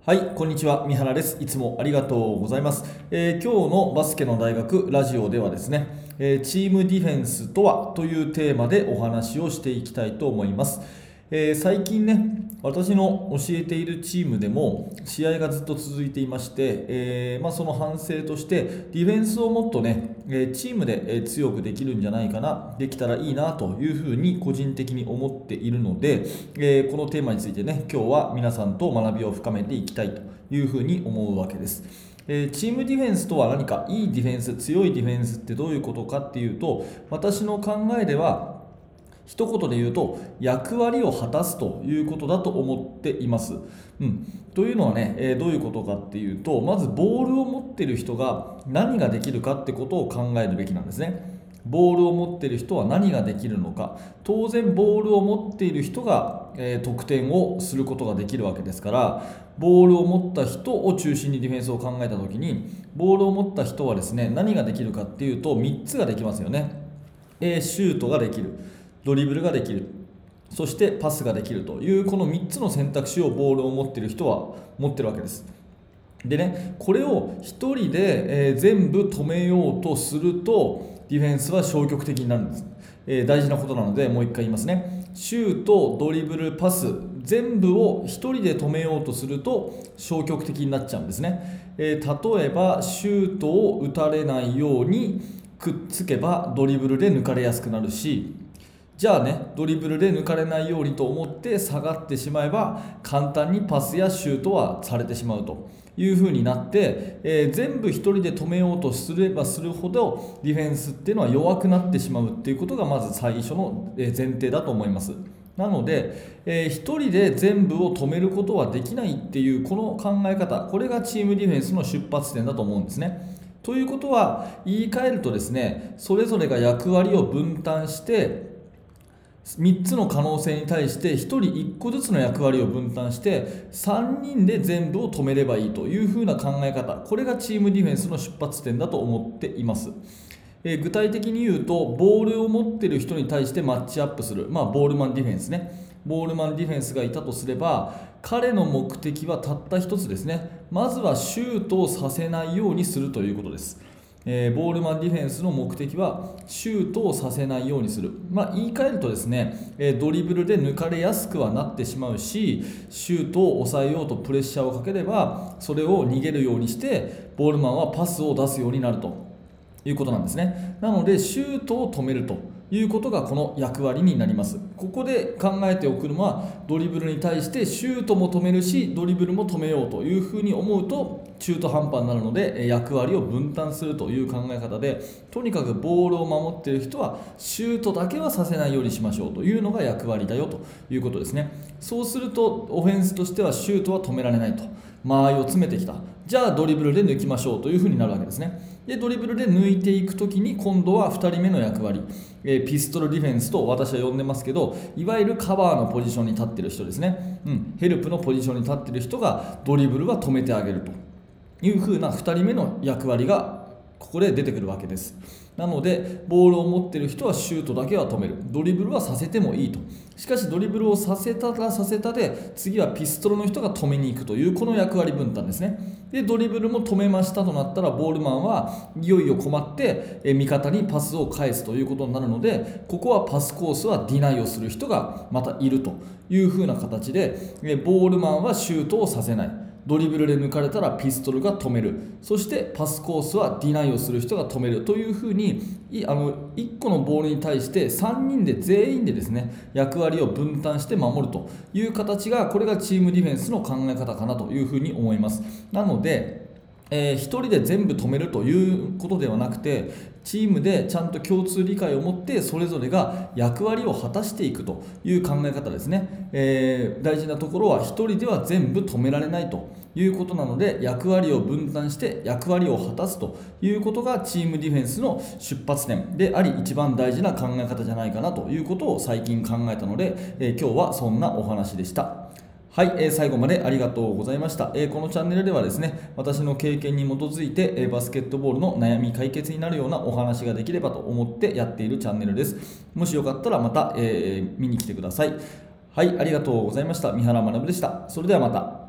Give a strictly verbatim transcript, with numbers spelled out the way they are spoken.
はい、こんにちは。三原です。いつもありがとうございます。えー今日のバスケの大学ラジオではですね、えーチームディフェンスとはというテーマでお話をしていきたいと思います。えー最近ね、私の教えているチームでも試合がずっと続いていまして、えーまあ、その反省としてディフェンスをもっとね、えーチームでえー強くできるんじゃないかな、できたらいいなというふうに個人的に思っているので、えーこのテーマについてね、今日は皆さんと学びを深めていきたいというふうに思うわけです。えーチームディフェンスとは何か、いいディフェンス、強いディフェンスってどういうことかっていうと、私の考えでは一言で言うと役割を果たすということだと思っています。うん、というのはね、えーどういうことかっていうと、まずボールを持っている人が何ができるかってことを考えるべきなんですね。ボールを持っている人は何ができるのか。当然ボールを持っている人が、えー得点をすることができるわけですから、ボールを持った人を中心にディフェンスを考えたときに、ボールを持った人はですね、何ができるかっていうとみっつができますよね。えーシュートができる、ドリブルができる、そしてパスができるというこのみっつの選択肢をボールを持っている人は持ってるわけです。でね、これをひとりで、えー全部止めようとするとディフェンスは消極的になるんです。えー大事なことなのでもう一回言いますね。シュート、ドリブル、パス全部をひとりで止めようとすると消極的になっちゃうんですね。えー例えばシュートを打たれないようにくっつけばドリブルで抜かれやすくなるし、じゃあね、ドリブルで抜かれないようにと思って下がってしまえば簡単にパスやシュートはされてしまうという風になって、えー全部一人で止めようとすればするほどディフェンスっていうのは弱くなってしまうっていうことがまず最初のえー前提だと思います。なので、えー一人で全部を止めることはできないっていうこの考え方、これがチームディフェンスの出発点だと思うんですね。ということは言い換えるとですね、それぞれが役割を分担してみっつの可能性に対してひとりいっこずつの役割を分担してさんにんで全部を止めればいいというふうな考え方、これがチームディフェンスの出発点だと思っています。えー具体的に言うと、ボールを持っている人に対してマッチアップする、まあ、ボールマンディフェンスね。ボールマンディフェンスがいたとすれば、彼の目的はたった一つですね。まずはシュートをさせないようにするということです。えーボールマンディフェンスの目的はシュートをさせないようにする、まあ、言い換えるとですね、えードリブルで抜かれやすくはなってしまうし、シュートを抑えようとプレッシャーをかければそれを逃げるようにしてボールマンはパスを出すようになるということなんですね。なのでシュートを止めるということがこの役割になります。ここで考えておくのは、ドリブルに対してシュートも止めるしドリブルも止めようというふうに思うと中途半端になるので、え役割を分担するという考え方で、とにかくボールを守っている人はシュートだけはさせないようにしましょうというのが役割だよということですね。そうするとオフェンスとしてはシュートは止められないと、間合いを詰めてきた、じゃあドリブルで抜きましょうというふうになるわけですね。でドリブルで抜いていくときに今度はふたりめの役割、えーピストルディフェンスと私は呼んでますけど、いわゆるカバーのポジションに立っている人ですね、うん、ヘルプのポジションに立っている人がドリブルは止めてあげるというふうなふたりめの役割がここで出てくるわけです。なのでボールを持っている人はシュートだけは止める、ドリブルはさせてもいいと。しかしドリブルをさせたらさせたで次はピストルの人が止めに行くというこの役割分担ですね。でドリブルも止めましたとなったらボールマンはいよいよ困ってえ味方にパスを返すということになるので、ここはパスコースはディナイをする人がまたいるというふうな形で、えボールマンはシュートをさせない、ドリブルで抜かれたらピストルが止める、そしてパスコースはディナイをする人が止めるというふうに、いあのいっこのボールに対してさんにんで全員でですね役割を分担して守るという形が、これがチームディフェンスの考え方かなというふうに思います。なのでえー、ひとりで全部止めるということではなくて、チームでちゃんと共通理解を持ってそれぞれが役割を果たしていくという考え方ですね。えー大事なところはひとりでは全部止められないということなので、役割を分担して役割を果たすということがチームディフェンスの出発点であり一番大事な考え方じゃないかなということを最近考えたので、えー今日はそんなお話でした。はい、えー最後までありがとうございました。えーこのチャンネルではですね、私の経験に基づいて、えーバスケットボールの悩み解決になるようなお話ができればと思ってやっているチャンネルです。もしよかったらまた、えー見に来てください。はい、ありがとうございました。三原学でした。それではまた。